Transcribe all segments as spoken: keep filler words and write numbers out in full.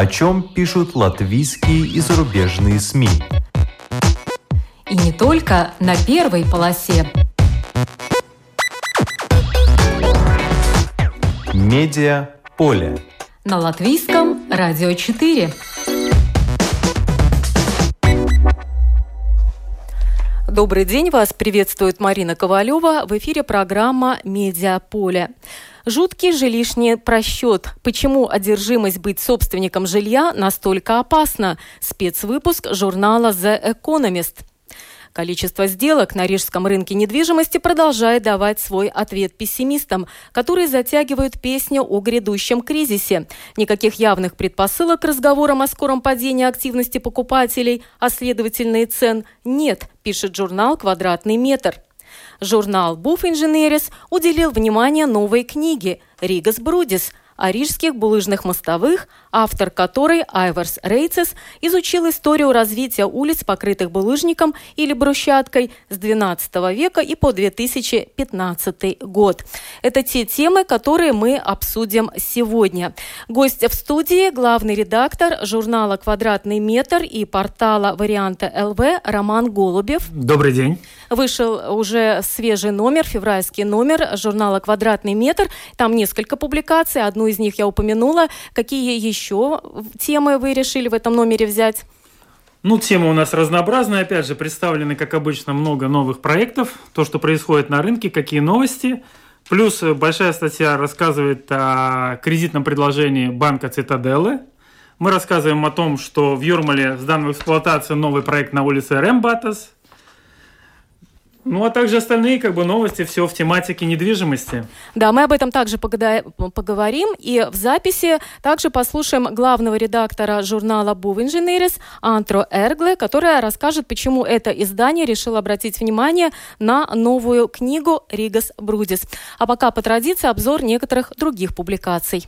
О чем пишут латвийские и зарубежные СМИ. И не только на первой полосе. Медиаполе. На латвийском радио четыре. Добрый день, вас приветствует Марина Ковалева. В эфире программа «Медиаполе». Жуткий жилищный просчет. Почему одержимость быть собственником жилья настолько опасна? Спецвыпуск журнала The Economist. Количество сделок на рижском рынке недвижимости продолжает давать свой ответ пессимистам, которые затягивают песню о грядущем кризисе. Никаких явных предпосылок к разговорам о скором падении активности покупателей, а следовательно и цен, нет, пишет журнал «Квадратный метр». Журнал «Буфинженерис» уделил внимание новой книге «Ригас Брудис» о рижских булыжных мостовых, автор которой Айварс Рейцес изучил историю развития улиц, покрытых булыжником или брусчаткой с двенадцатого века и по две тысячи пятнадцатый год. Это те темы, которые мы обсудим сегодня. Гость в студии – главный редактор журнала «Квадратный метр» и портала «Варианты ЛВ» Роман Голубев. Добрый день. Вышел уже свежий номер, февральский номер журнала «Квадратный метр». Там несколько публикаций, одну из них я упомянула. Какие еще темы вы решили в этом номере взять? Ну, темы у нас разнообразные. Опять же, представлены, как обычно, много новых проектов. То, что происходит на рынке, какие новости. Плюс большая статья рассказывает о кредитном предложении банка «Цитаделы». Мы рассказываем о том, что в Юрмале сдан в эксплуатацию новый проект на улице Рембатас. Ну, а также остальные как бы новости, все в тематике недвижимости. Да, мы об этом также поговорим. И в записи также послушаем главного редактора журнала «Буфинженерис» Антро Эргле, которая расскажет, почему это издание решило обратить внимание на новую книгу «Ригас Брудис». А пока по традиции обзор некоторых других публикаций.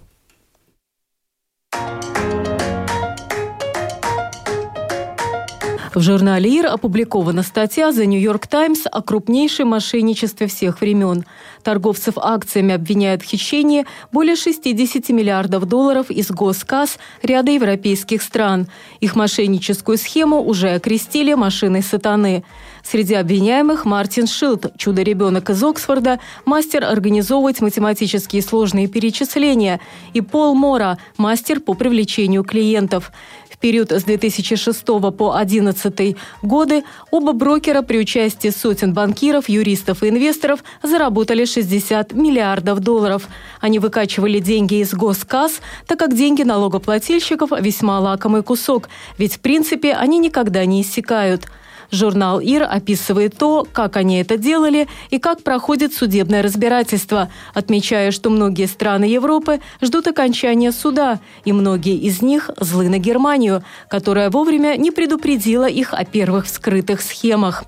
В журнале ИР опубликована статья The New York Times о крупнейшем мошенничестве всех времен. Торговцев акциями обвиняют в хищении более шестьдесят миллиардов долларов из госкасс ряда европейских стран. Их мошенническую схему уже окрестили «машиной сатаны». Среди обвиняемых Мартин Шилд, чудо-ребенок из Оксфорда, мастер организовывать математические сложные перечисления, и Пол Мора, мастер по привлечению клиентов. В период с две тысячи шестого по две тысячи одиннадцатый годы оба брокера при участии сотен банкиров, юристов и инвесторов заработали шестьдесят миллиардов долларов. Они выкачивали деньги из госкасс, так как деньги налогоплательщиков весьма лакомый кусок, ведь в принципе они никогда не иссякают. Журнал ИР описывает то, как они это делали и как проходит судебное разбирательство, отмечая, что многие страны Европы ждут окончания суда, и многие из них злы на Германию, которая вовремя не предупредила их о первых вскрытых схемах.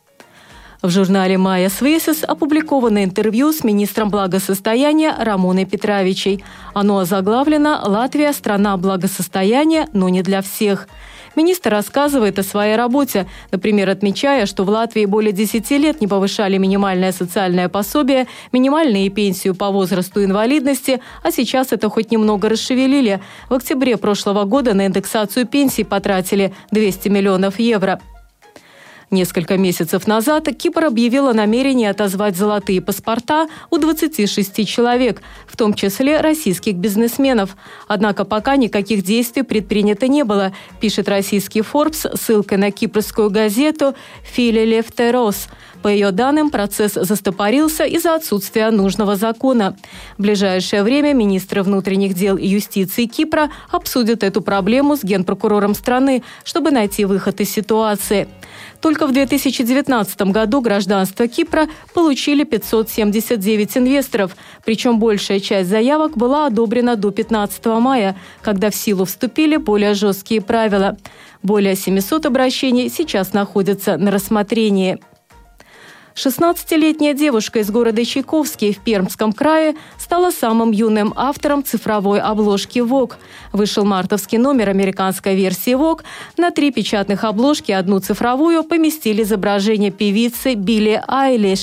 В журнале «Майя Свесис» опубликовано интервью с министром благосостояния Рамоной Петравичей. Оно озаглавлено «Латвия – страна благосостояния, но не для всех». Министр рассказывает о своей работе, например, отмечая, что в Латвии более десяти лет не повышали минимальное социальное пособие, минимальные пенсию по возрасту инвалидности, а сейчас это хоть немного расшевелили. В октябре прошлого года на индексацию пенсий потратили двести миллионов евро. Несколько месяцев назад Кипр объявил о намерении отозвать золотые паспорта у двадцати шести человек, в том числе российских бизнесменов. Однако пока никаких действий предпринято не было, пишет российский Forbes ссылкой на кипрскую газету «Филе Лефтерос». По ее данным, процесс застопорился из-за отсутствия нужного закона. В ближайшее время министры внутренних дел и юстиции Кипра обсудят эту проблему с генпрокурором страны, чтобы найти выход из ситуации. Только в две тысячи девятнадцатом году гражданство Кипра получили пятьсот семьдесят девять инвесторов, причем большая часть заявок была одобрена до пятнадцатого мая, когда в силу вступили более жесткие правила. Более семисот обращений сейчас находятся на рассмотрении. шестнадцатилетняя девушка из города Чайковский в Пермском крае стала самым юным автором цифровой обложки Vogue. Вышел мартовский номер американской версии Vogue. На три печатных обложки, одну цифровую, поместили изображение певицы Билли Айлиш.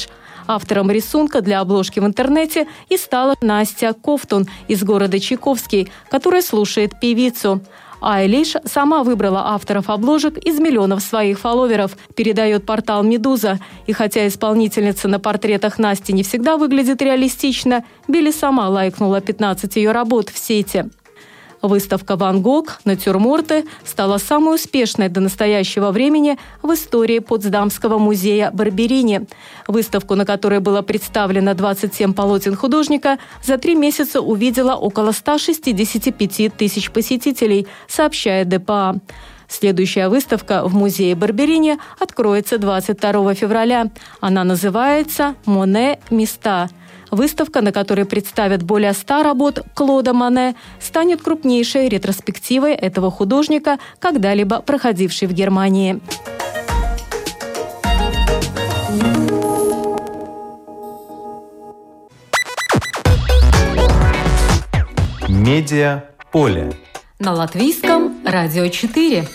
Автором рисунка для обложки в интернете и стала Настя Ковтун из города Чайковский, которая слушает певицу. Айлиш сама выбрала авторов обложек из миллионов своих фолловеров, передает портал «Медуза». И хотя исполнительница на портретах Насти не всегда выглядит реалистично, Билли сама лайкнула пятнадцать ее работ в сети. Выставка «Ван Гог. Натюрморты» стала самой успешной до настоящего времени в истории Потсдамского музея Барберини. Выставку, на которой было представлено двадцать семь полотен художника, за три месяца увидела около ста шестидесяти пяти тысяч посетителей, сообщает дэ пэ а. Следующая выставка в музее Барберини откроется двадцать второго февраля. Она называется «Моне. Места». Выставка, на которой представят более ста работ Клода Моне, станет крупнейшей ретроспективой этого художника, когда-либо проходившей в Германии. Медиаполе. На Латвийском радио четыре.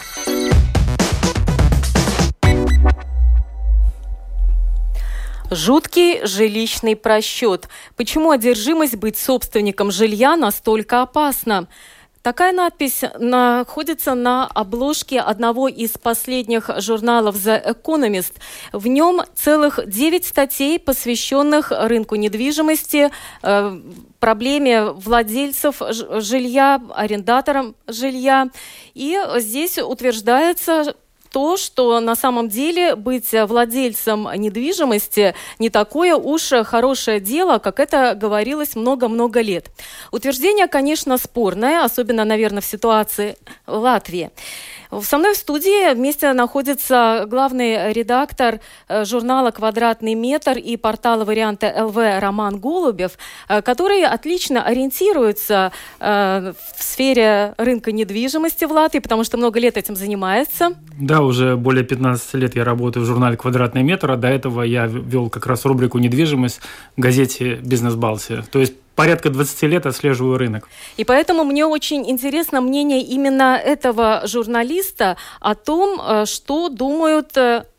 Жуткий жилищный просчет. Почему одержимость быть собственником жилья настолько опасна? Такая надпись находится на обложке одного из последних журналов The Economist. В нем целых девять статей, посвященных рынку недвижимости, э, проблеме владельцев жилья, арендаторам жилья. И здесь утверждается то, что на самом деле быть владельцем недвижимости не такое уж хорошее дело, как это говорилось много-много лет. Утверждение, конечно, спорное, особенно, наверное, в ситуации Латвии. Со мной в студии вместе находится главный редактор журнала «Квадратный метр» и портала «Варианты эл ви» Роман Голубев, который отлично ориентируется в сфере рынка недвижимости в Латвии, потому что много лет этим занимается. Да, уже более пятнадцати лет я работаю в журнале «Квадратный метр», а до этого я вел как раз рубрику «Недвижимость» в газете «Бизнес Балтия». То есть порядка двадцати лет отслеживаю рынок. И поэтому мне очень интересно мнение именно этого журналиста о том, что думают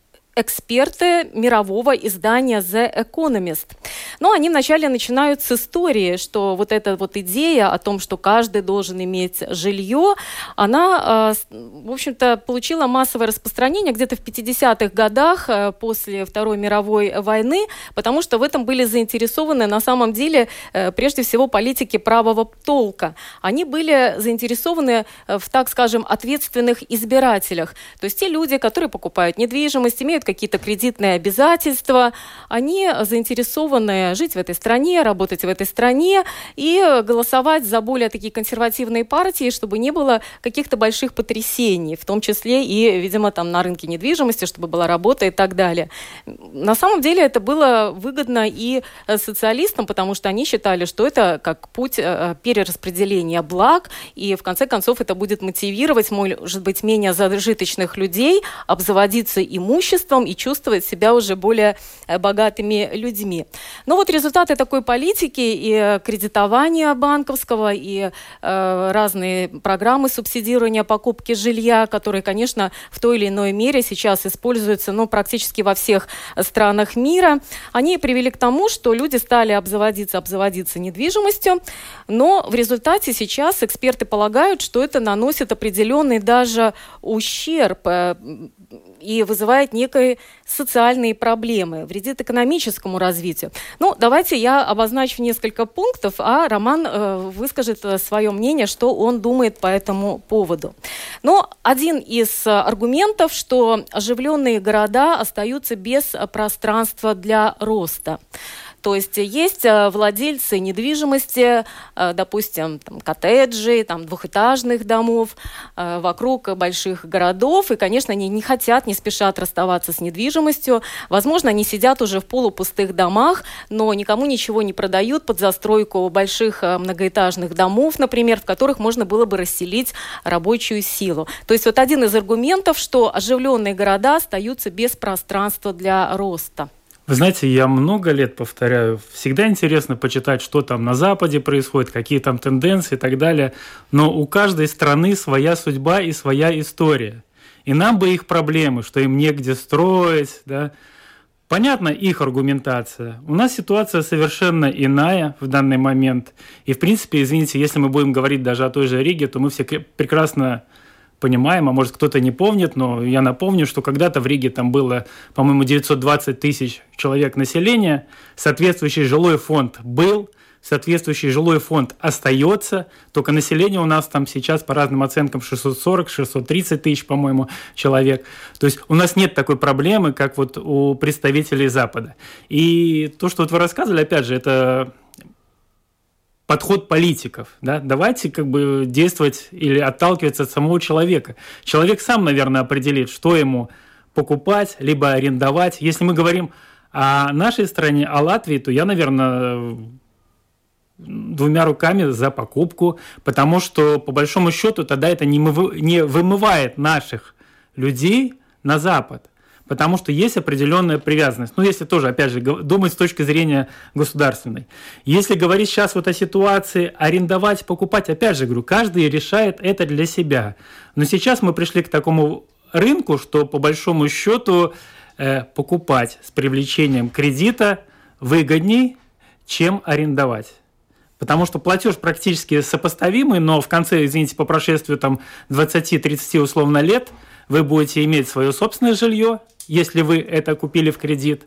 эксперты мирового издания The Economist. Но они вначале начинают с истории, что вот эта вот идея о том, что каждый должен иметь жилье, она, в общем-то, получила массовое распространение где-то в пятидесятых годах после Второй мировой войны, потому что в этом были заинтересованы на самом деле прежде всего политики правого толка. Они были заинтересованы в, так скажем, ответственных избирателях. То есть те люди, которые покупают недвижимость, имеют какие-то кредитные обязательства, они заинтересованы жить в этой стране, работать в этой стране и голосовать за более такие консервативные партии, чтобы не было каких-то больших потрясений, в том числе и, видимо, там на рынке недвижимости, чтобы была работа и так далее. На самом деле это было выгодно и социалистам, потому что они считали, что это как путь перераспределения благ, и в конце концов это будет мотивировать, может быть, менее зажиточных людей обзаводиться имуществом и чувствовать себя уже более богатыми людьми. Но вот результаты такой политики и кредитования банковского, и э, разные программы субсидирования покупки жилья, которые, конечно, в той или иной мере сейчас используются ну, практически во всех странах мира, они привели к тому, что люди стали обзаводиться, обзаводиться недвижимостью, но в результате сейчас эксперты полагают, что это наносит определенный даже ущерб э, и вызывает некие социальные проблемы, вредит экономическому развитию. Ну, давайте я обозначу несколько пунктов, а Роман э, выскажет свое мнение, что он думает по этому поводу. Но один из аргументов, что оживленные города остаются без пространства для роста. То есть есть владельцы недвижимости, допустим, там, коттеджей, там, двухэтажных домов вокруг больших городов, и, конечно, они не хотят, не спешат расставаться с недвижимостью. Возможно, они сидят уже в полупустых домах, но никому ничего не продают под застройку больших многоэтажных домов, например, в которых можно было бы расселить рабочую силу. То есть вот один из аргументов, что оживленные города остаются без пространства для роста. Вы знаете, я много лет повторяю, всегда интересно почитать, что там на Западе происходит, какие там тенденции и так далее, но у каждой страны своя судьба и своя история. И нам бы их проблемы, что им негде строить, да. понятна их аргументация. У нас ситуация совершенно иная в данный момент. И, в принципе, извините, если мы будем говорить даже о той же Риге, то мы все прекрасно понимаем, а может кто-то не помнит, но я напомню, что когда-то в Риге там было, по-моему, девятьсот двадцать тысяч человек населения, соответствующий жилой фонд был, соответствующий жилой фонд остается, только население у нас там сейчас по разным оценкам шестьсот сорок - шестьсот тридцать тысяч, по-моему, человек. То есть у нас нет такой проблемы, как вот у представителей Запада. И то, что вот вы рассказывали, опять же, это подход политиков. Да? Давайте как бы действовать или отталкиваться от самого человека. Человек сам, наверное, определит, что ему покупать, либо арендовать. Если мы говорим о нашей стране, о Латвии, то я, наверное, двумя руками за покупку, потому что, по большому счету, тогда это не вымывает наших людей на Запад, потому что есть определенная привязанность. Ну, если тоже, опять же, думать с точки зрения государственной. Если говорить сейчас вот о ситуации арендовать, покупать, опять же, говорю, каждый решает это для себя. Но сейчас мы пришли к такому рынку, что, по большому счету, э, покупать с привлечением кредита выгодней, чем арендовать. Потому что платеж практически сопоставимый, но в конце, извините, по прошествию там двадцать-тридцать условно лет вы будете иметь свое собственное жилье, если вы это купили в кредит,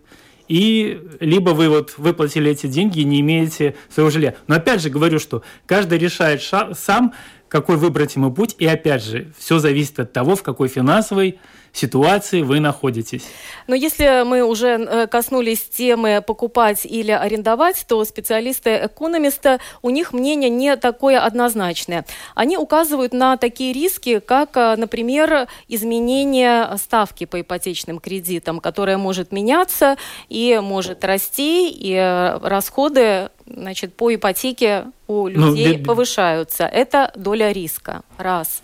и либо вы вот выплатили эти деньги и не имеете своего жилья. Но опять же говорю, что каждый решает ша- сам, какой выбрать ему путь, и опять же, все зависит от того, в какой финансовой ситуации вы находитесь. Но если мы уже коснулись темы покупать или арендовать, то специалисты-экономисты, у них мнение не такое однозначное. Они указывают на такие риски, как, например, изменение ставки по ипотечным кредитам, которая может меняться и может расти, и расходы, значит, по ипотеке у людей ну, повышаются. Это доля риска. Раз.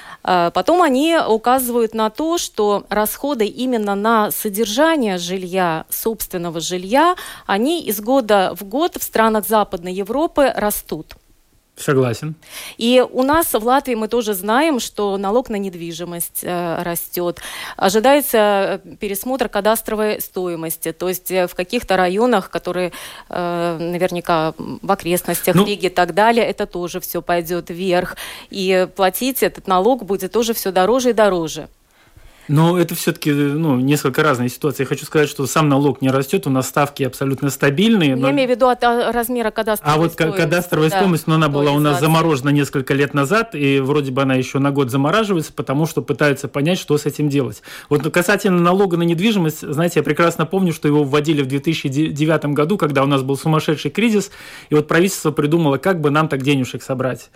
Потом они указывают на то, что расходы именно на содержание жилья, собственного жилья, они из года в год в странах Западной Европы растут. Согласен. И у нас в Латвии мы тоже знаем, что налог на недвижимость э, растет. Ожидается пересмотр кадастровой стоимости. То есть в каких-то районах, которые э, наверняка в окрестностях ну, Риги и так далее, это тоже все пойдет вверх. И платить этот налог будет тоже все дороже и дороже. Но это все-таки ну, несколько разные ситуации. Я хочу сказать, что сам налог не растет, у нас ставки абсолютно стабильные. Но... Я имею в виду от размера кадастровой а стоимости. А вот кадастровая да, стоимость, но она была у нас заморожена несколько лет назад, и вроде бы она еще на год замораживается, потому что пытаются понять, что с этим делать. Вот касательно налога на недвижимость, знаете, я прекрасно помню, что его вводили в две тысячи девятом году, когда у нас был сумасшедший кризис, и вот правительство придумало, как бы нам так денежек собрать.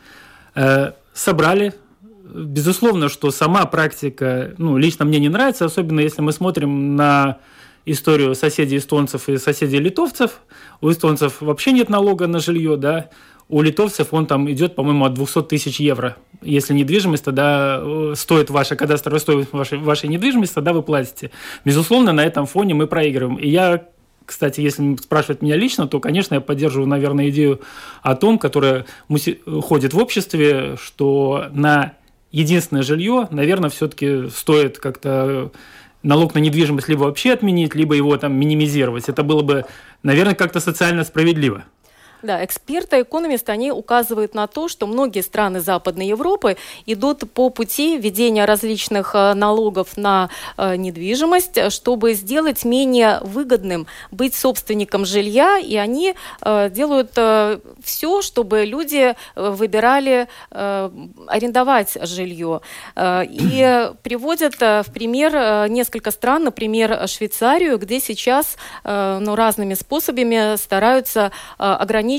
Э, собрали. Безусловно, что сама практика, ну, лично мне не нравится, особенно если мы смотрим на историю соседей эстонцев и соседей литовцев. У эстонцев вообще нет налога на жилье, да. У литовцев он там идет, по-моему, от двухсот тысяч евро. Если недвижимость, тогда стоит ваша кадастровая стоимость вашей, вашей недвижимости, тогда вы платите. Безусловно, на этом фоне мы проигрываем. И я, кстати, если спрашивать меня лично, то, конечно, я поддерживаю, наверное, идею о том, которая ходит в обществе, что на единственное жилье, наверное, все-таки стоит как-то налог на недвижимость либо вообще отменить, либо его там минимизировать. Это было бы, наверное, как-то социально справедливо. Да, эксперты, экономисты, они указывают на то, что многие страны Западной Европы идут по пути введения различных налогов на э, недвижимость, чтобы сделать менее выгодным быть собственником жилья, и они э, делают э, все, чтобы люди выбирали э, арендовать жилье. Э, и приводят э, в пример э, несколько стран, например, Швейцарию, где сейчас э, ну, разными способами стараются э, ограничить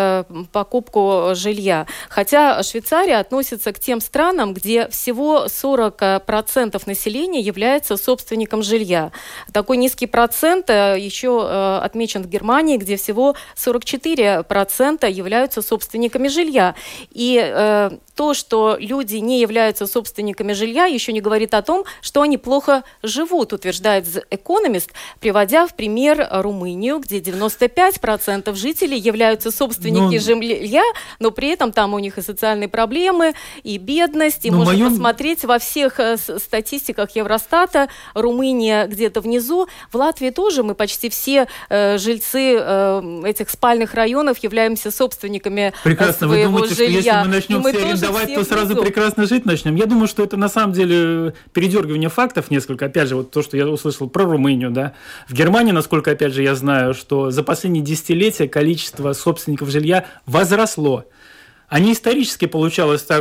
покупку жилья. Хотя Швейцария относится к тем странам, где всего сорок процентов населения является собственником жилья. Такой низкий процент еще отмечен в Германии, где всего сорок четыре процента являются собственниками жилья. И э, то, что люди не являются собственниками жилья, еще не говорит о том, что они плохо живут, утверждает The Economist, приводя в пример Румынию, где девяносто пять процентов жителей являются являются собственники ну, жилья, но при этом там у них и социальные проблемы, и бедность, и можно моем... посмотреть во всех статистиках Евростата, Румыния где-то внизу, в Латвии тоже мы почти все э, жильцы э, этих спальных районов являемся собственниками прекрасно. своего Вы думаете, жилья. Что если мы начнем все арендовать, то сразу внизу. Прекрасно жить начнем? Я думаю, что это на самом деле передергивание фактов несколько. Опять же, вот то, что я услышал про Румынию, да. В Германии, насколько, опять же, я знаю, что за последние десятилетия количество собственников жилья возросло. Они исторически получалось так,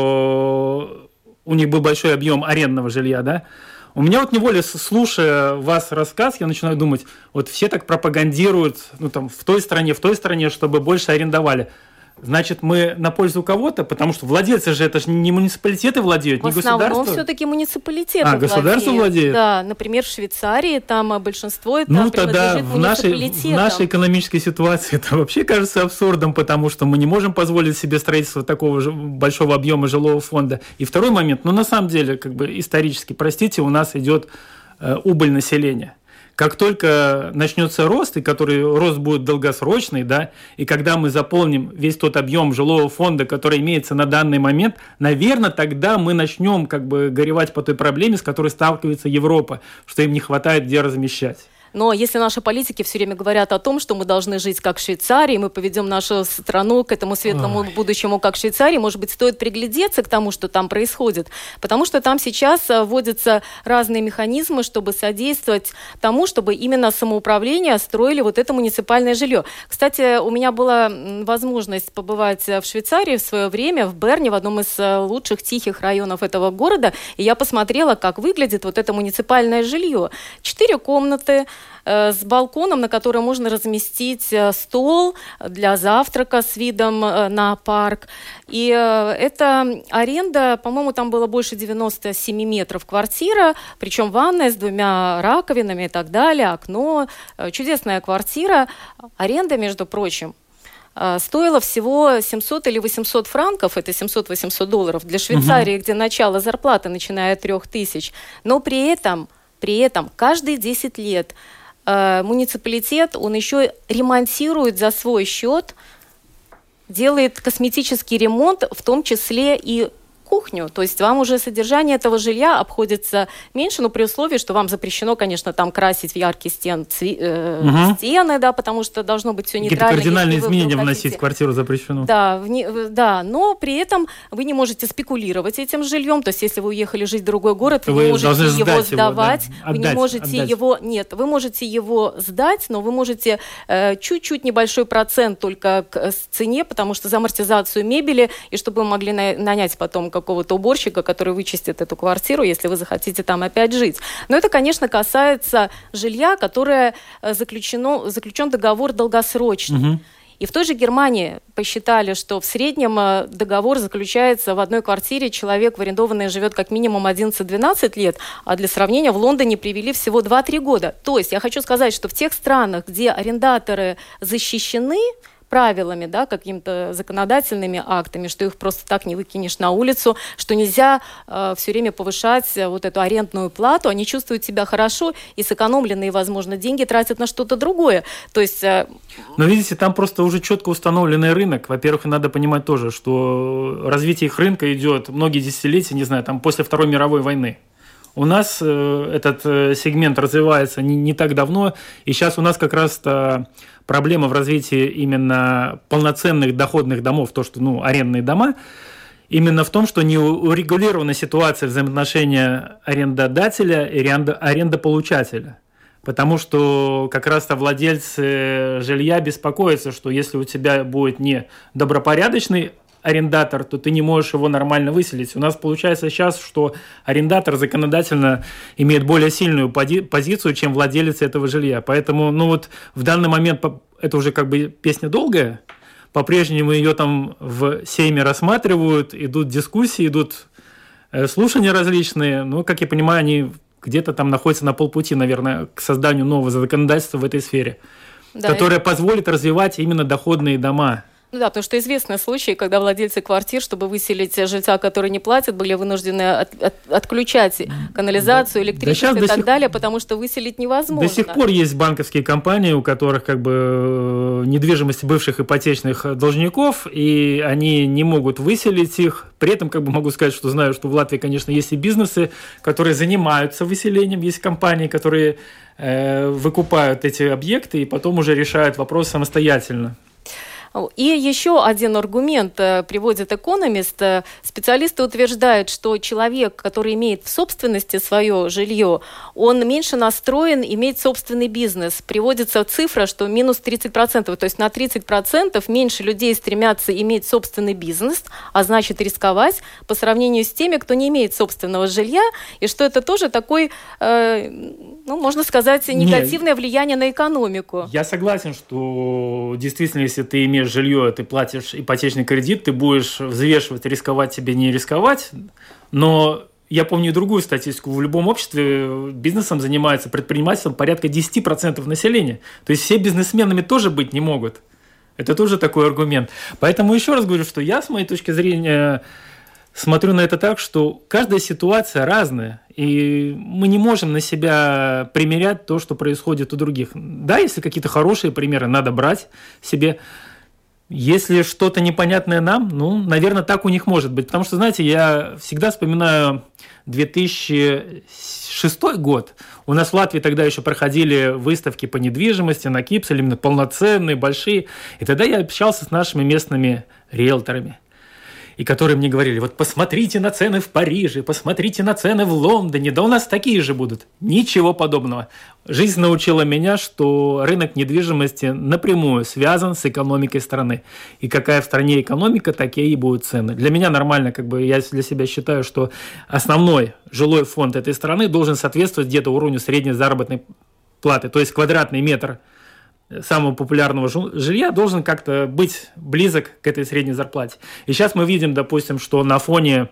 что у них был большой объем арендного жилья, да. У меня вот невольно, слушая вас рассказ, я начинаю думать, вот все так пропагандируют, ну там в той стране, в той стране, чтобы больше арендовали. Значит, мы на пользу кого-то, потому что владельцы же, это же не муниципалитеты владеют, в не государство. В основном все-таки муниципалитеты а, владеют. А, государство владеет? Да, например, в Швейцарии там большинство это ну, принадлежит тогда в нашей, муниципалитетам. в нашей экономической ситуации это вообще кажется абсурдом, потому что мы не можем позволить себе строительство такого же большого объема жилого фонда. И второй момент, ну, на самом деле, как бы исторически, простите, у нас идет э, убыль населения. Как только начнется рост, и который рост будет долгосрочный, да, и когда мы заполним весь тот объем жилого фонда, который имеется на данный момент, наверное, тогда мы начнем как бы горевать по той проблеме, с которой сталкивается Европа, что им не хватает где размещать. Но если наши политики все время говорят о том, что мы должны жить как в Швейцарии, мы поведем нашу страну к этому светлому Ой. будущему как в Швейцарии, может быть, стоит приглядеться к тому, что там происходит. Потому что там сейчас вводятся разные механизмы, чтобы содействовать тому, чтобы именно самоуправление строили вот это муниципальное жилье. Кстати, у меня была возможность побывать в Швейцарии в свое время, в Берне, в одном из лучших тихих районов этого города, и я посмотрела, как выглядит вот это муниципальное жилье. Четыре комнаты, с балконом, на котором можно разместить стол для завтрака с видом на парк. И эта аренда, по-моему, там было больше девяносто семь метров квартира, причем ванная с двумя раковинами и так далее, окно. Чудесная квартира. Аренда, между прочим, стоила всего семьсот или восемьсот франков, это семьсот-восемьсот долларов, для Швейцарии, угу. где начало зарплаты начиная от трех тысяч. Но при этом, при этом каждые десять лет муниципалитет, он еще ремонтирует за свой счет, делает косметический ремонт, в том числе и кухню. То есть вам уже содержание этого жилья обходится меньше, но при условии, что вам запрещено, конечно, там красить в яркий стен, цве- э, угу. стены, да, потому что должно быть все нейтрально. Какие-то кардинальные изменения вносить хотите... в квартиру запрещено. Да, в не, да, но при этом вы не можете спекулировать этим жильем. То есть если вы уехали жить в другой город, вы, вы не можете его сдавать, его, да. вы отдать, не можете отдать. его... Нет, вы можете его сдать, но вы можете э, чуть-чуть небольшой процент только к цене, потому что за амортизацию мебели, и чтобы вы могли на, нанять потом какого-то уборщика, который вычистит эту квартиру, если вы захотите там опять жить. Но это, конечно, касается жилья, которое заключено, заключен договор долгосрочный. Угу. И в той же Германии посчитали, что в среднем договор заключается в одной квартире, человек в арендованной живет как минимум одиннадцать-двенадцать лет, а для сравнения в Лондоне привели всего два-три года. То есть я хочу сказать, что в тех странах, где арендаторы защищены правилами, да, какими-то законодательными актами, что их просто так не выкинешь на улицу, что нельзя э, все время повышать вот эту арендную плату, они чувствуют себя хорошо и сэкономленные, возможно, деньги тратят на что-то другое. То есть... Э... Но видите, там просто уже четко установленный рынок. Во-первых, надо понимать тоже, что развитие их рынка идет многие десятилетия, не знаю, там после Второй мировой войны. У нас э, этот э, сегмент развивается не, не так давно, и сейчас у нас как раз-то проблема в развитии именно полноценных доходных домов, то, что, ну, арендные дома, именно в том, что не урегулирована ситуация взаимоотношения арендодателя и арендополучателя. Потому что как раз-то владельцы жилья беспокоятся, что если у тебя будет не добропорядочный арендатор, то ты не можешь его нормально выселить. У нас получается сейчас, что арендатор законодательно имеет более сильную пози- позицию, чем владелец этого жилья. Поэтому, ну вот в данный момент это уже как бы песня долгая. По-прежнему ее там в Сейме рассматривают, идут дискуссии, идут э, слушания различные. Но, как я понимаю, они где-то там находятся на полпути, наверное, к созданию нового законодательства в этой сфере, да, которое и... позволит развивать именно доходные дома. Ну да, потому что известны случаи, когда владельцы квартир, чтобы выселить жильца, который не платит, были вынуждены от, от, отключать канализацию, электричество да, и так сих... далее, потому что выселить невозможно. До сих пор есть банковские компании, у которых как бы недвижимость бывших ипотечных должников, и они не могут выселить их. При этом как бы могу сказать, что знаю, что в Латвии, конечно, есть и бизнесы, которые занимаются выселением, есть компании, которые э, выкупают эти объекты и потом уже решают вопрос самостоятельно. И еще один аргумент приводит экономист. Специалисты утверждают, что человек, который имеет в собственности свое жилье, он меньше настроен иметь собственный бизнес. Приводится цифра, что минус тридцать процентов, то есть на тридцать процентов меньше людей стремятся иметь собственный бизнес, а значит рисковать по сравнению с теми, кто не имеет собственного жилья, и что это тоже такой, э, ну, можно сказать, негативное Нет, влияние на экономику. Я согласен, что действительно, если ты имеешь жилье, ты платишь ипотечный кредит, ты будешь взвешивать, рисковать тебе, не рисковать. Но я помню другую статистику. В любом обществе бизнесом занимается предпринимательством порядка десять процентов населения. То есть все бизнесменами тоже быть не могут. Это тоже такой аргумент. Поэтому еще раз говорю, что я, с моей точки зрения, смотрю на это так, что каждая ситуация разная, и мы не можем на себя примерять то, что происходит у других. Да, если какие-то хорошие примеры, надо брать себе. Если что-то непонятное нам, ну, наверное, так у них может быть. Потому что, знаете, я всегда вспоминаю две тысячи шестой год. У нас в Латвии тогда еще проходили выставки по недвижимости на Кипсе, именно полноценные, большие. И тогда я общался с нашими местными риэлторами, и которые мне говорили, вот посмотрите на цены в Париже, посмотрите на цены в Лондоне, да у нас такие же будут. Ничего подобного. Жизнь научила меня, что рынок недвижимости напрямую связан с экономикой страны. И какая в стране экономика, такие и будут цены. Для меня нормально, как бы я для себя считаю, что основной жилой фонд этой страны должен соответствовать где-то уровню средней заработной платы. То есть квадратный метр самого популярного жилья должен как-то быть близок к этой средней зарплате. И сейчас мы видим, допустим, что на фоне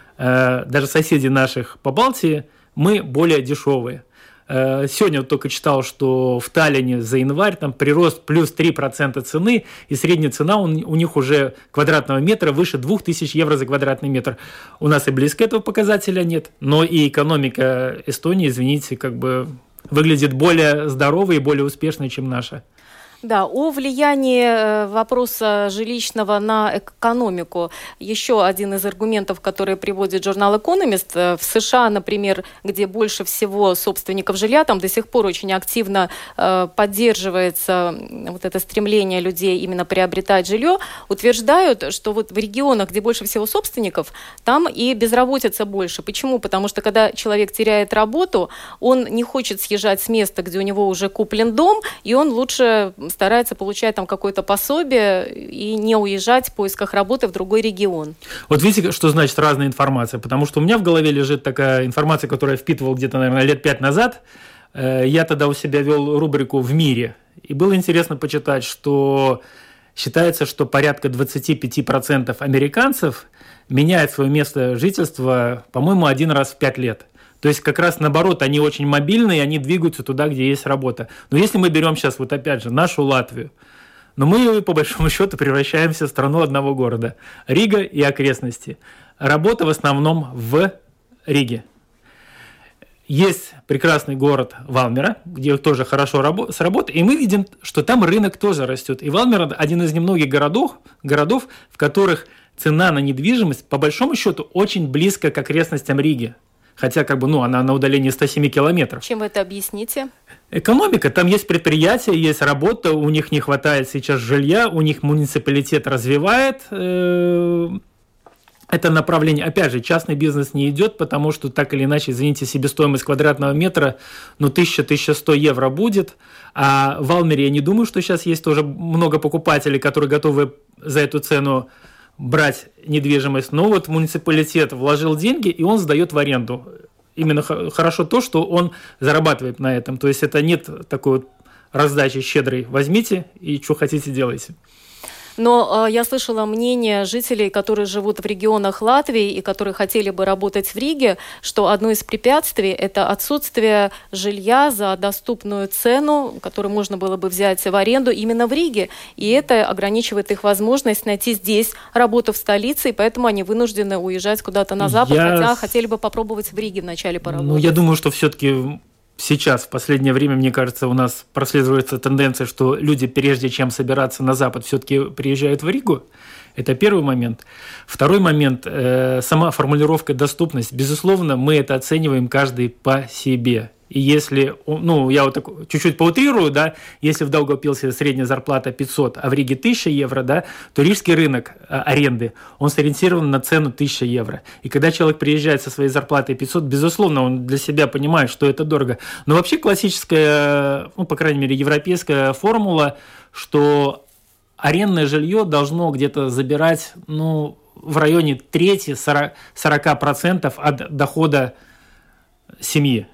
э, даже соседей наших по Балтии мы более дешевые. Э, сегодня вот только читал, что в Таллине за январь там прирост плюс три процента цены, и средняя цена у, у них уже квадратного метра выше две тысячи евро за квадратный метр. У нас и близко этого показателя нет, но и экономика Эстонии, извините, как бы выглядит более здоровой и более успешной, чем наша. Да, о влиянии вопроса жилищного на экономику. Еще один из аргументов, который приводит журнал «Экономист». В США, например, где больше всего собственников жилья, там до сих пор очень активно э, поддерживается вот это стремление людей именно приобретать жилье, утверждают, что вот в регионах, где больше всего собственников, там и безработица больше. Почему? Потому что когда человек теряет работу, он не хочет съезжать с места, где у него уже куплен дом, и он лучше старается получать там какое-то пособие и не уезжать в поисках работы в другой регион. Вот видите, что значит разная информация, потому что у меня в голове лежит такая информация, которую я впитывал где-то, наверное, лет пять назад. Я тогда у себя вел рубрику «В мире», и было интересно почитать, что считается, что порядка двадцать пять процентов американцев меняют свое место жительства, по-моему, один раз в пять лет. То есть, как раз наоборот, они очень мобильные, они двигаются туда, где есть работа. Но если мы берем сейчас, вот опять же, нашу Латвию, но мы, по большому счету, превращаемся в страну одного города. Рига и окрестности. Работа в основном в Риге. Есть прекрасный город Валмера, где тоже хорошо рабо- с работой, и мы видим, что там рынок тоже растет. И Валмера – один из немногих городов, городов, в которых цена на недвижимость, по большому счету, очень близко к окрестностям Риги. Хотя, как бы, ну, она на удалении сто семь километров. Чем вы это объясните? Экономика. Там есть предприятия, есть работа, у них не хватает сейчас жилья, у них муниципалитет развивает э, это направление. Опять же, частный бизнес не идет, потому что, так или иначе, извините, себестоимость квадратного метра, ну, тысяча - тысяча сто евро будет. А в Валмере я не думаю, что сейчас есть тоже много покупателей, которые готовы за эту цену брать недвижимость, но вот муниципалитет вложил деньги, и он сдает в аренду. Именно хорошо то, что он зарабатывает на этом. То есть это нет такой вот раздачи щедрой. Возьмите и что хотите делайте. Но э, я слышала мнение жителей, которые живут в регионах Латвии и которые хотели бы работать в Риге, что одно из препятствий – это отсутствие жилья за доступную цену, которую можно было бы взять в аренду именно в Риге. И это ограничивает их возможность найти здесь работу в столице, и поэтому они вынуждены уезжать куда-то на запад, я... хотя хотели бы попробовать в Риге вначале поработать. Ну, я думаю, что все-таки сейчас, в последнее время, мне кажется, у нас прослеживается тенденция, что люди, прежде чем собираться на запад, все-таки приезжают в Ригу. Это первый момент. Второй момент, э, сама формулировка «доступность». Безусловно, мы это оцениваем каждый по себе. И если, ну, я вот так чуть-чуть поутрирую, да, если в Даугавпилсе средняя зарплата пятьсот, а в Риге тысяча евро, да, то рижский рынок а, аренды, он сориентирован на цену тысяча евро. И когда человек приезжает со своей зарплатой пятьсот, безусловно, он для себя понимает, что это дорого. Но вообще классическая, ну, по крайней мере, европейская формула, что арендное жилье должно где-то забирать, ну, в районе трети-сорок процентов от дохода семьи.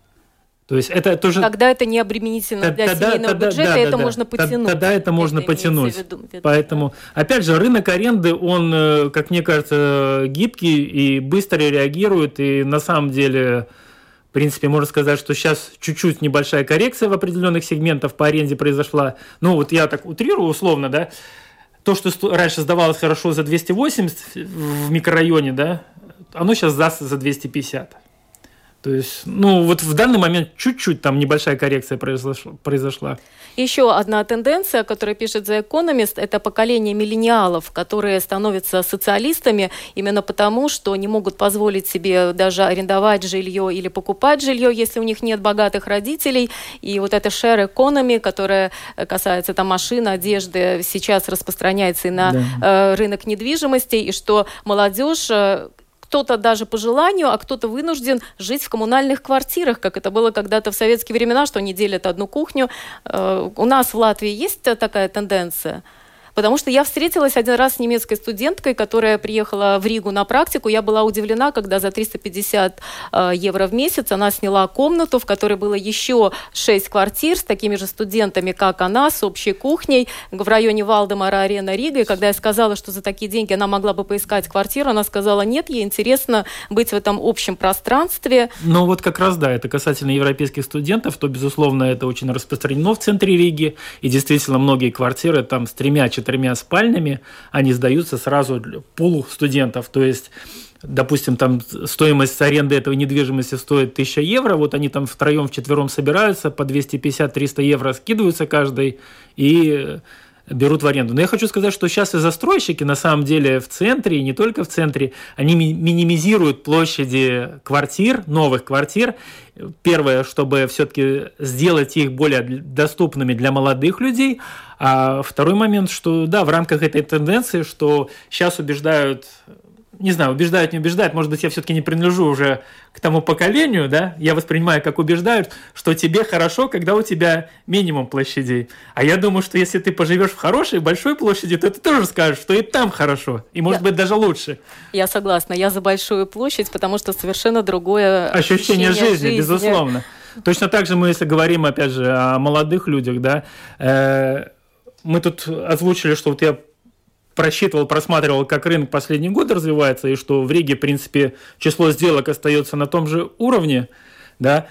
То есть это тоже... Когда это не обременительно для тогда, семейного тогда, бюджета, да, это да, можно да. потянуть. Тогда это можно это потянуть. Виду, виду, Поэтому, да. опять же, рынок аренды, он, как мне кажется, гибкий и быстро реагирует. И на самом деле, в принципе, можно сказать, что сейчас чуть-чуть небольшая коррекция в определенных сегментах по аренде произошла. Ну, вот я так утрирую условно, да. То, что раньше сдавалось хорошо за двести восемьдесят в микрорайоне, да, оно сейчас сдастся за двести пятьдесят. То есть, ну, вот в данный момент чуть-чуть там небольшая коррекция произошла. произошла. Еще одна тенденция, которую пишет The Economist, это поколение миллениалов, которые становятся социалистами именно потому, что не могут позволить себе даже арендовать жилье или покупать жилье, если у них нет богатых родителей. И вот эта share economy, которая касается там машин, одежды, сейчас распространяется и на да. э, рынок недвижимости, и что молодежь... Э, кто-то даже по желанию, а кто-то вынужден жить в коммунальных квартирах, как это было когда-то в советские времена, что они делят одну кухню. У нас в Латвии есть такая тенденция? Потому что я встретилась один раз с немецкой студенткой, которая приехала в Ригу на практику. Я была удивлена, когда за триста пятьдесят э, евро в месяц она сняла комнату, в которой было еще шесть квартир с такими же студентами, как она, с общей кухней в районе Валдемара-Арена Рига. И когда я сказала, что за такие деньги она могла бы поискать квартиру, она сказала, нет, ей интересно быть в этом общем пространстве. Ну вот как раз, да, это касательно европейских студентов, то, безусловно, это очень распространено в центре Риги. И действительно, многие квартиры там с тремя четырьмя спальнями, они сдаются сразу пулу студентов, то есть, допустим, там стоимость аренды этой недвижимости стоит тысяча евро, вот они там втроем, вчетвером собираются, по двести пятьдесят - триста евро скидываются каждый и берут в аренду. Но я хочу сказать, что сейчас и застройщики на самом деле в центре, и не только в центре, они ми- минимизируют площади квартир, новых квартир. Первое, чтобы все-таки сделать их более доступными для молодых людей. А второй момент, что да, в рамках этой тенденции, что сейчас убеждают... Не знаю, убеждают, не убеждают, может быть, я все-таки не принадлежу уже к тому поколению, да, я воспринимаю, как убеждают, что тебе хорошо, когда у тебя минимум площадей. А я думаю, что если ты поживешь в хорошей, большой площади, то ты тоже скажешь, что и там хорошо, и может я, быть даже лучше. Я согласна, я за большую площадь, потому что совершенно другое ощущение, ощущение жизни, жизни, безусловно. Точно так же мы, если говорим, опять же, о молодых людях, да, э, мы тут озвучили, что вот я просчитывал, просматривал, как рынок последние годы развивается, и что в Риге, в принципе, число сделок остается на том же уровне, да,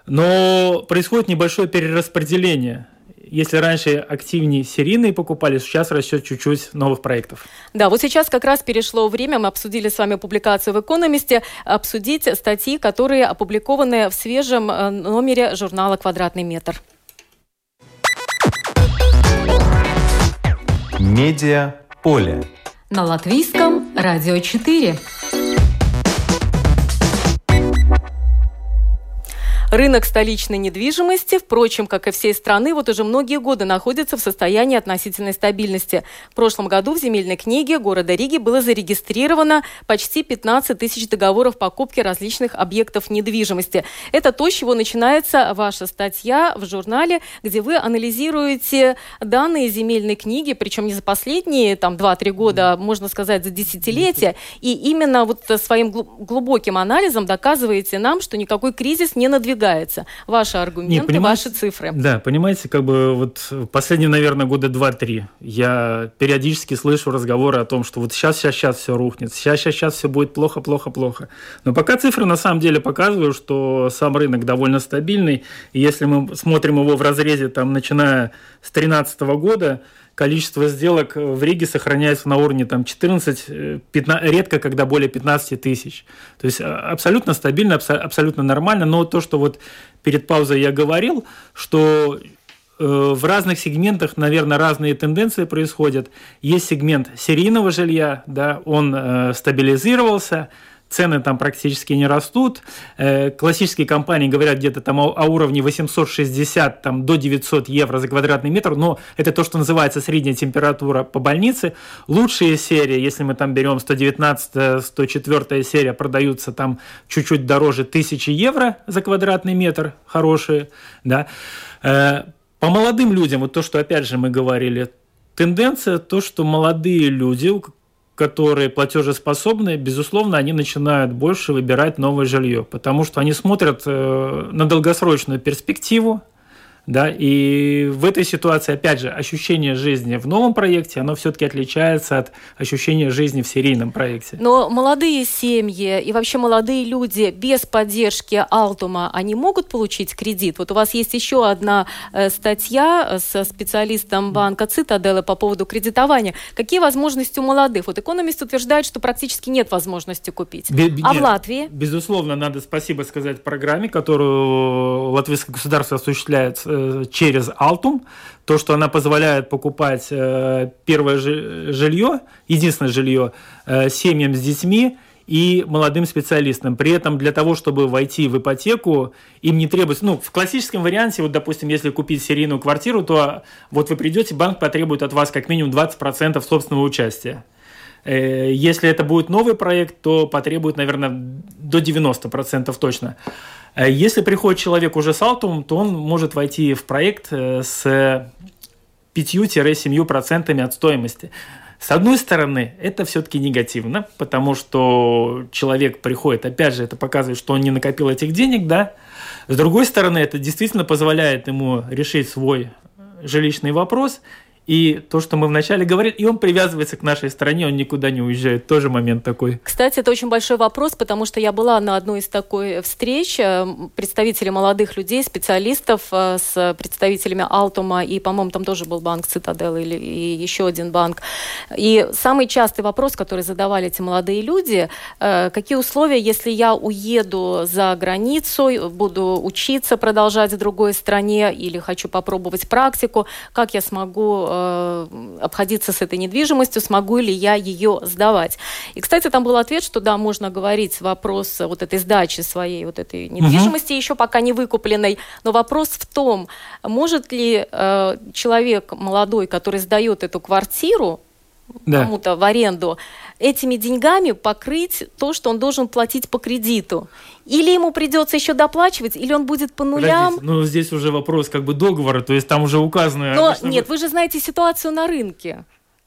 но происходит небольшое перераспределение. Если раньше активнее серийные покупали, сейчас растет чуть-чуть новых проектов. Да, вот сейчас как раз перешло время, мы обсудили с вами публикацию в «Экономисте», обсудить статьи, которые опубликованы в свежем номере журнала «Квадратный метр». Медиа поле. На латвийском радио четыре. Рынок столичной недвижимости, впрочем, как и всей страны, вот уже многие годы находится в состоянии относительной стабильности. В прошлом году в земельной книге города Риги было зарегистрировано почти пятнадцать тысяч договоров покупки различных объектов недвижимости. Это то, с чего начинается ваша статья в журнале, где вы анализируете данные земельной книги, причем не за последние там, два-три года, а, можно сказать, за десятилетия. И именно вот своим глубоким анализом доказываете нам, что никакой кризис не надвигается. продвигается. Ваши аргументы, Не, ваши цифры. Да, понимаете, как бы вот последние, наверное, года два-три я периодически слышу разговоры о том, что вот сейчас, сейчас, сейчас все рухнет, сейчас, сейчас, сейчас все будет плохо, плохо, плохо. Но пока цифры на самом деле показывают, что сам рынок довольно стабильный, и если мы смотрим его в разрезе, там, начиная с две тысячи тринадцатого года, количество сделок в Риге сохраняется на уровне там, четырнадцать-пятнадцать, редко когда более пятнадцать тысяч. То есть абсолютно стабильно, абсолютно нормально. Но то, что вот перед паузой я говорил, что э, в разных сегментах, наверное, разные тенденции происходят. Есть сегмент серийного жилья, да, он э, стабилизировался, цены там практически не растут. Классические компании говорят где-то там о, о уровне восемьсот шестьдесят там, до девятьсот евро за квадратный метр, но это то, что называется средняя температура по больнице. Лучшие серии, если мы там берем сто девятнадцатая, сто четвёртая серия, продаются там чуть-чуть дороже тысячи евро за квадратный метр, хорошие. Да. По молодым людям, вот то, что опять же мы говорили, тенденция то, что молодые люди, которые платежеспособны, безусловно, они начинают больше выбирать новое жилье, потому что они смотрят э, на долгосрочную перспективу, да, и в этой ситуации, опять же, ощущение жизни в новом проекте, оно все-таки отличается от ощущения жизни в серийном проекте. Но молодые семьи и вообще молодые люди без поддержки Алтума, они могут получить кредит? Вот у вас есть еще одна э, статья со специалистом банка Цитаделла по поводу кредитования. Какие возможности у молодых? Вот Экономист утверждает, что практически нет возможности купить. Бе- а нет, в Латвии? Безусловно, надо спасибо сказать программе, которую латвийское государство осуществляет через Алтум, то, что она позволяет покупать э, первое жилье, единственное жилье э, семьям с детьми и молодым специалистам. При этом для того, чтобы войти в ипотеку, им не требуется... Ну, в классическом варианте, вот, допустим, если купить серийную квартиру, то вот вы придете, банк потребует от вас как минимум двадцать процентов собственного участия. Э, если это будет новый проект, то потребует, наверное, до девяноста процентов точно. Если приходит человек уже с Алтумом, то он может войти в проект с пятью-семью процентами от стоимости. С одной стороны, это все-таки негативно, потому что человек приходит, опять же, это показывает, что он не накопил этих денег, да. С другой стороны, это действительно позволяет ему решить свой жилищный вопрос. И то, что мы вначале говорили, и он привязывается к нашей стране, он никуда не уезжает. Тоже момент такой. Кстати, это очень большой вопрос, потому что я была на одной из такой встреч представителей молодых людей, специалистов с представителями Алтума, и, по-моему, там тоже был банк Цитаделла или и еще один банк. И самый частый вопрос, который задавали эти молодые люди, какие условия, если я уеду за границу, буду учиться, продолжать в другой стране, или хочу попробовать практику, как я смогу обходиться с этой недвижимостью, смогу ли я ее сдавать. И, кстати, там был ответ, что да, можно говорить вопрос вот этой сдачи своей вот этой недвижимости, угу. еще пока не выкупленной, но вопрос в том, может ли э, человек молодой, который сдает эту квартиру да. кому-то в аренду, этими деньгами покрыть то, что он должен платить по кредиту. Или ему придется еще доплачивать, или он будет по нулям. Подождите, ну, здесь уже вопрос как бы договора, то есть там уже указано... Но обычно... нет, вы же знаете ситуацию на рынке.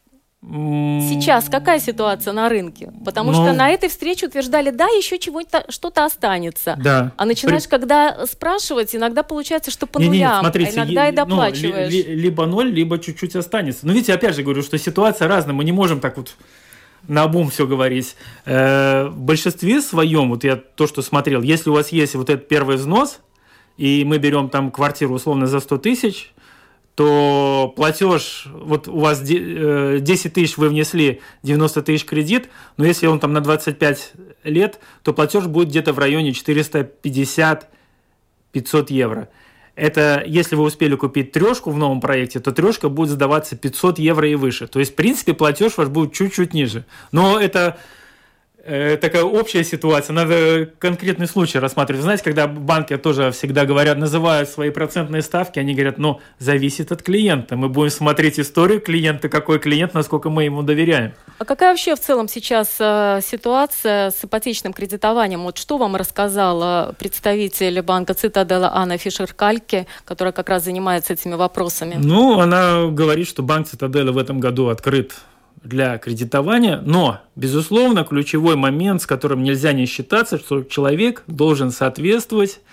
Сейчас какая ситуация на рынке? Потому Но... что на этой встрече утверждали, да, еще чего-то, что-то останется. Да. А начинаешь, При... когда спрашивать, иногда получается, что по не, нулям, не, смотрите, а иногда е- и доплачиваешь. Ну, ли, ли, либо ноль, либо чуть-чуть останется. Но видите, опять же говорю, что ситуация разная, мы не можем так вот... наобум все говорить. Э, в большинстве своем, вот я то, что смотрел, если у вас есть вот этот первый взнос, и мы берем там квартиру условно за сто тысяч, то платеж, вот у вас десять тысяч вы внесли, девяносто тысяч кредит, но если он там на двадцать пять лет, то платеж будет где-то в районе четыреста пятьдесят - пятьсот евро. Это если вы успели купить трешку в новом проекте, то трешка будет сдаваться пятьсот евро и выше. То есть, в принципе, платеж ваш будет чуть-чуть ниже. Но это э, такая общая ситуация. Надо конкретный случай рассматривать. Знаете, когда банки тоже всегда говорят, называют свои процентные ставки, они говорят, ну, зависит от клиента. Мы будем смотреть историю клиента, какой клиент, насколько мы ему доверяем. А какая вообще в целом сейчас э, ситуация с ипотечным кредитованием? Вот что вам рассказала представитель банка Цитаделла Анна Фишер-Кальке, которая как раз занимается этими вопросами? Ну, она говорит, что банк Цитаделла в этом году открыт для кредитования, но, безусловно, ключевой момент, с которым нельзя не считаться, что человек должен соответствовать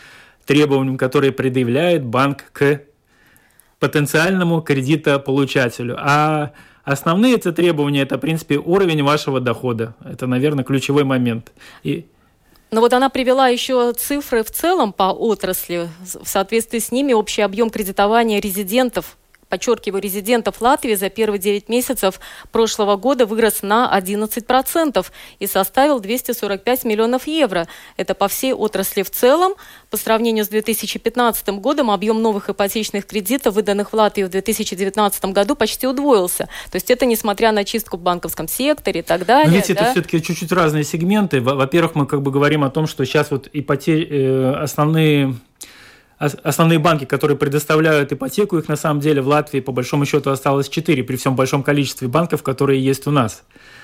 требованиям, которые предъявляет банк к потенциальному кредитополучателю. А основные эти требования – это, в принципе, уровень вашего дохода. Это, наверное, ключевой момент. И Но вот она привела еще цифры в целом по отрасли. В соответствии с ними общий объем кредитования резидентов, подчеркиваю, резидентов Латвии за первые девять месяцев прошлого года вырос на одиннадцать процентов и составил двести сорок пять миллионов евро. Это по всей отрасли в целом. По сравнению с две тысячи пятнадцатым годом объем новых ипотечных кредитов, выданных в Латвии в две тысячи девятнадцатом году, почти удвоился. То есть это несмотря на чистку в банковском секторе и так далее. Но ведь да? это все-таки чуть-чуть разные сегменты. Во-первых, мы как бы говорим о том, что сейчас вот ипоте... основные... Основные банки, которые предоставляют ипотеку, их на самом деле в Латвии по большому счету осталось четыре, при всем большом количестве банков, которые есть у нас.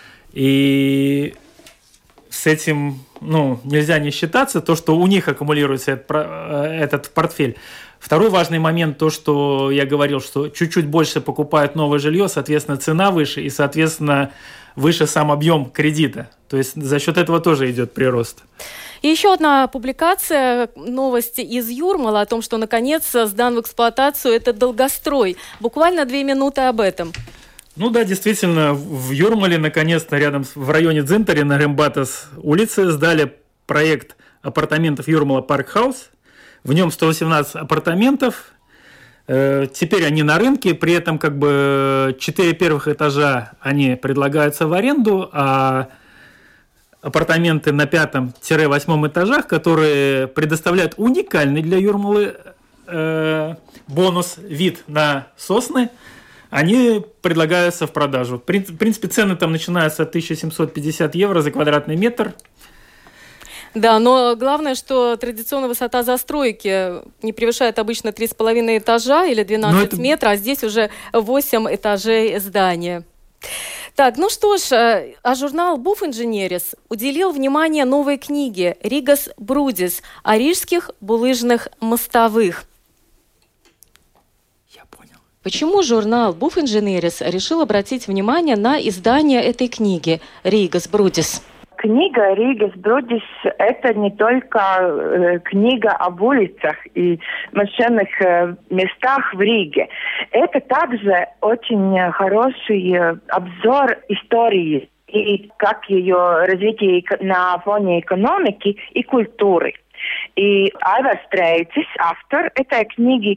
И с этим ну, нельзя не считаться, то, что у них аккумулируется этот, этот портфель. Второй важный момент, то, что я говорил, что чуть-чуть больше покупают новое жилье, соответственно, цена выше и, соответственно, выше сам объем кредита. То есть за счет этого тоже идет прирост. И еще одна публикация, новости из Юрмала о том, что наконец сдан в эксплуатацию этот долгострой. Буквально две минуты об этом. Ну да, действительно, в Юрмале наконец-то рядом в районе Дзинтари на Рембатас улице сдали проект апартаментов Юрмала Паркхаус. В нем сто восемнадцать апартаментов. Теперь они на рынке, при этом как бы четыре первых этажа они предлагаются в аренду, а апартаменты на пятом-восьмом этажах, которые предоставляют уникальный для Юрмалы э, бонус вид на сосны, они предлагаются в продажу. В принципе, цены там начинаются от тысяча семьсот пятьдесят евро за квадратный метр. Да, но главное, что традиционная высота застройки не превышает обычно три с половиной этажа или двенадцать это... метров, а здесь уже восемь этажей здания. Так, ну что ж, а журнал Буф Инженерис уделил внимание новой книге «Ригас Брудис» о рижских булыжных мостовых. Я понял. Почему журнал Буф Инженерис решил обратить внимание на издание этой книги «Ригас Брудис»? Книга «Ригас Брудис» – это не только э, книга об улицах и мощенных э, местах в Риге. Это также очень хороший э, обзор истории и как ее развитие на фоне экономики и культуры. И Айвар Стreicis, автор этой книги,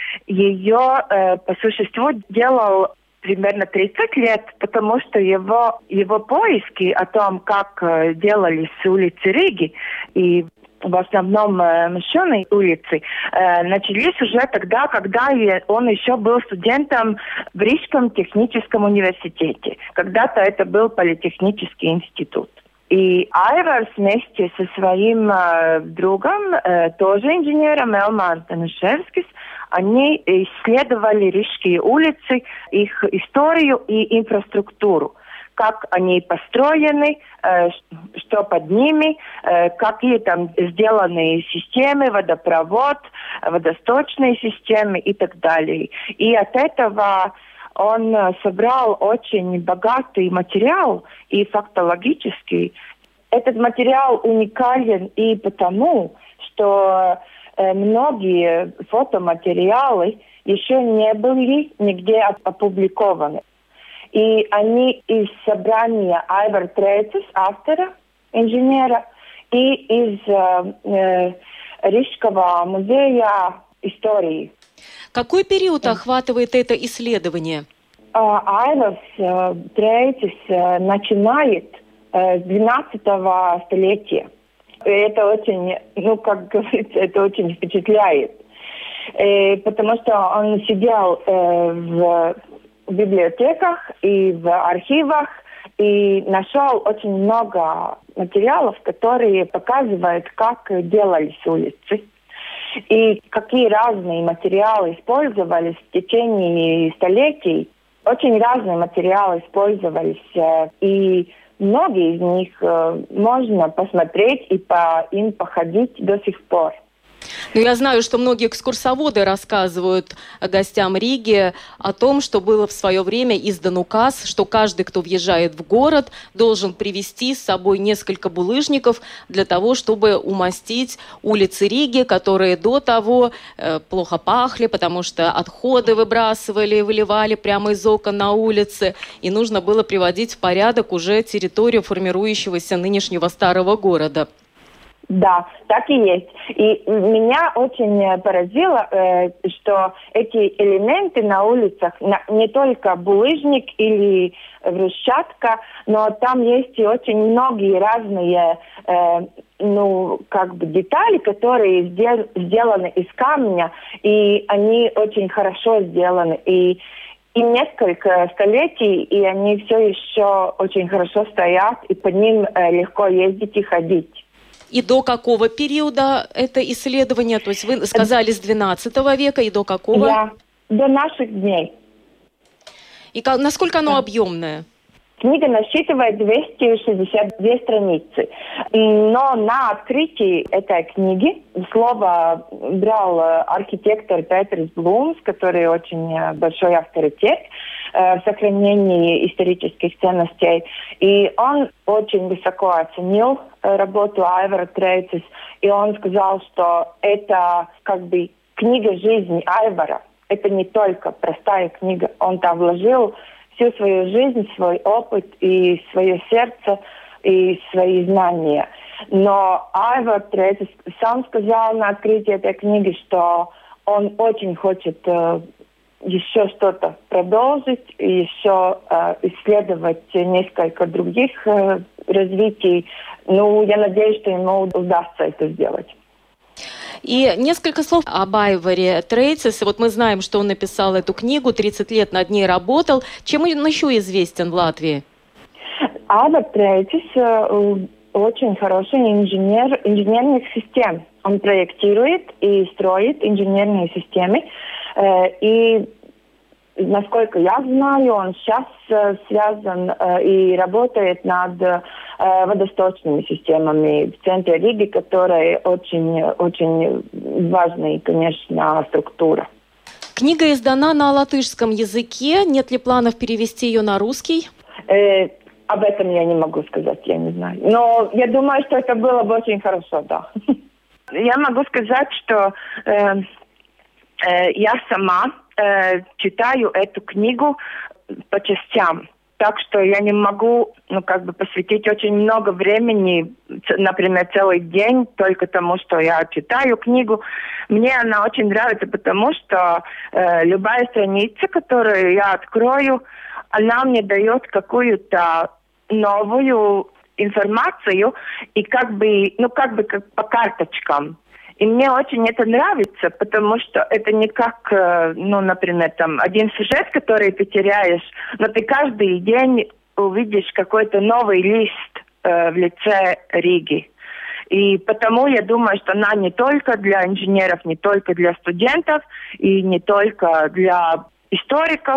ее э, по существу делал примерно тридцать лет, потому что его, его поиски о том, как э, делались улицы Риги и в основном э, мощеные улицы, э, начались уже тогда, когда он еще был студентом в Рижском техническом университете. Когда-то это был политехнический институт. И Айварс вместе со своим э, другом, э, тоже инженером, Элман Танушевскис, они исследовали рижские улицы, их историю и инфраструктуру. Как они построены, э, что под ними, э, какие там сделаны системы, водопровод, водосточные системы и так далее. И от этого он собрал очень богатый материал и фактологический. Этот материал уникален и потому, что многие фотоматериалы еще не были нигде опубликованы. И они из собрания Айвара Streicis, автора, инженера, и из э, Рижского музея истории. Какой период охватывает это исследование? Айвар Streicis начинает с двенадцатого столетия. Это очень, ну, как говорится, это очень впечатляет. Э, потому что он сидел э, в библиотеках и в архивах и нашел очень много материалов, которые показывают, как делались улицы и какие разные материалы использовались в течение столетий. Очень разные материалы использовались, э, и многие из них э, можно посмотреть и по им походить до сих пор. Ну, я знаю, что многие экскурсоводы рассказывают гостям Риги о том, что было в свое время издан указ, что каждый, кто въезжает в город, должен привезти с собой несколько булыжников для того, чтобы умастить улицы Риги, которые до того э, плохо пахли, потому что отходы выбрасывали, выливали прямо из окон на улице, и нужно было приводить в порядок уже территорию формирующегося нынешнего старого города. Да, так и есть. И меня очень поразило, э, что эти элементы на улицах, на, не только булыжник или брусчатка, но там есть и очень многие разные э, ну, как бы детали, которые сдел, сделаны из камня, и они очень хорошо сделаны. И им несколько столетий, и они все еще очень хорошо стоят, и по ним э, легко ездить и ходить. И до какого периода это исследование? То есть вы сказали с двенадцатого века, и до какого? Да, до наших дней. И как, насколько оно да. объемное? Книга насчитывает двести шестьдесят две страницы. Но на открытии этой книги слово брал архитектор Петерс Блумс, который очень большой авторитет в сохранении исторических ценностей. И он очень высоко оценил работу Айвара Трейцис. И он сказал, что это как бы книга жизни Айвара. Это не только простая книга. Он там вложил всю свою жизнь, свой опыт и свое сердце, и свои знания. Но Айвар Трейцис сам сказал на открытии этой книги, что он очень хочет э, еще что-то продолжить, и еще э, исследовать несколько других э, развитий. Ну, я надеюсь, что ему удастся это сделать. И несколько слов об Айваре Трейцисе. Вот мы знаем, что он написал эту книгу, тридцать лет над ней работал. Чем он еще известен в Латвии? Айвар Трейцис э, очень хороший инженер инженерных систем. Он проектирует и строит инженерные системы. Э, и насколько я знаю, он сейчас э, связан э, и работает над э, водосточными системами в центре Риги, которая очень, очень важная, конечно, структура. Книга издана на латышском языке. Нет ли планов перевести ее на русский? Э, об этом я не могу сказать, я не знаю. Но я думаю, что это было бы очень хорошо, да. Я могу сказать, что э, э, я сама э, читаю эту книгу по частям. Так что я не могу, ну, как бы посвятить очень много времени, например, целый день только тому, что я читаю книгу. Мне она очень нравится, потому что э, любая страница, которую я открою, она мне дает какую-то новую информацию и как бы, ну, как бы как по карточкам. И мне очень это нравится, потому что это не как, ну, например, там, один сюжет, который ты теряешь, но ты каждый день увидишь какой-то новый лист э, в лице Риги. И потому я думаю, что она не только для инженеров, не только для студентов и не только для историков,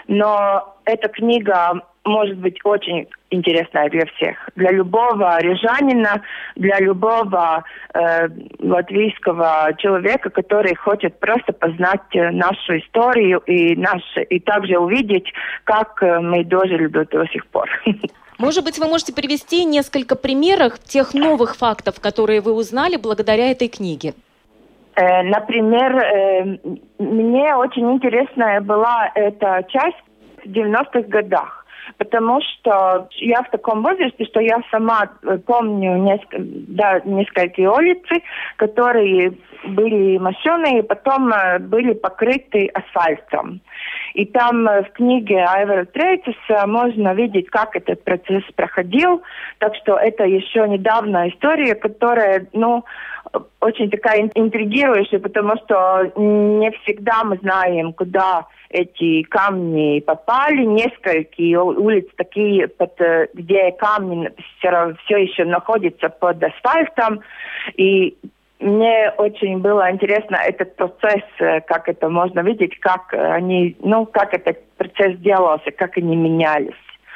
но эта книга может быть очень интересная для всех. Для любого рижанина, для любого э, латвийского человека, который хочет просто познать нашу историю и, наш, и также увидеть, как мы дожили до, до сих пор. Может быть, вы можете привести несколько примеров тех новых фактов, которые вы узнали благодаря этой книге? Э, например, э, мне очень интересная была эта часть в девяностых годах. Потому что я в таком возрасте, что я сама помню несколько, да, несколько улицы, которые были мощеные и потом были покрыты асфальтом. И там в книге Айвара Трейциса можно видеть, как этот процесс проходил. Так что это еще недавняя история, которая, ну, очень такая интригирующая, потому что не всегда мы знаем, куда эти камни попали. Несколько улиц такие, под, где камни все, все еще находятся под асфальтом. И мне очень было интересно этот процесс, как это можно видеть, как они, ну, как этот процесс делался, как они менялись.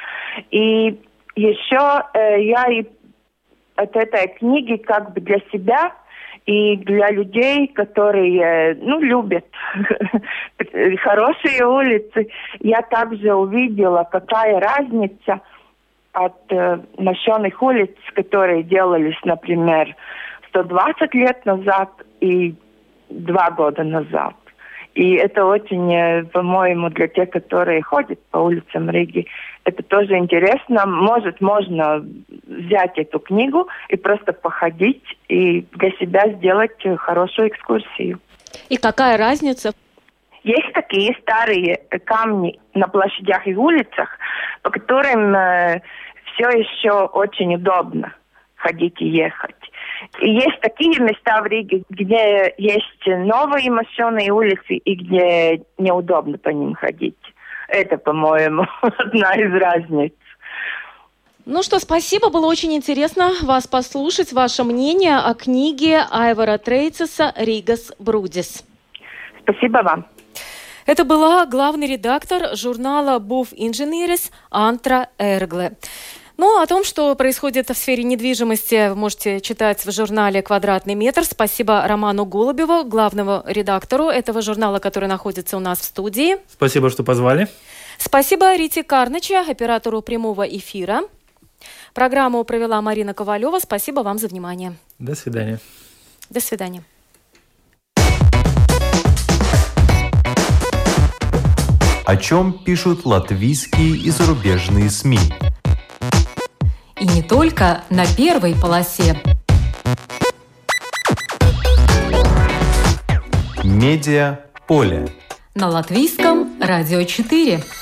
И еще э, я и от этой книги как бы для себя И для людей, которые, ну, любят хорошие улицы, я также увидела, какая разница от э, мощенных улиц, которые делались, например, сто двадцать лет назад и два года назад. И это очень, по-моему, для тех, которые ходят по улицам Риги, это тоже интересно. Может, можно взять эту книгу и просто походить и для себя сделать хорошую экскурсию. И какая разница? Есть такие старые камни на площадях и улицах, по которым э, все еще очень удобно ходить и ехать. И есть такие места в Риге, где есть новые мощеные улицы и где неудобно по ним ходить. Это, по-моему, одна из разниц. Ну что, спасибо, было очень интересно вас послушать, ваше мнение о книге Айвара Трейцеса «Ригас Брудис». Спасибо вам. Это была главный редактор журнала «Був Инженерис» Антра Эргле. Ну, о том, что происходит в сфере недвижимости, вы можете читать в журнале «Квадратный метр». Спасибо Роману Голубеву, главному редактору этого журнала, который находится у нас в студии. Спасибо, что позвали. Спасибо Рите Карныче, оператору прямого эфира. Программу провела Марина Ковалева. Спасибо вам за внимание. До свидания. До свидания. О чем пишут латвийские и зарубежные СМИ? И не только на первой полосе. Медиа поле. На Латвийском радио четыре.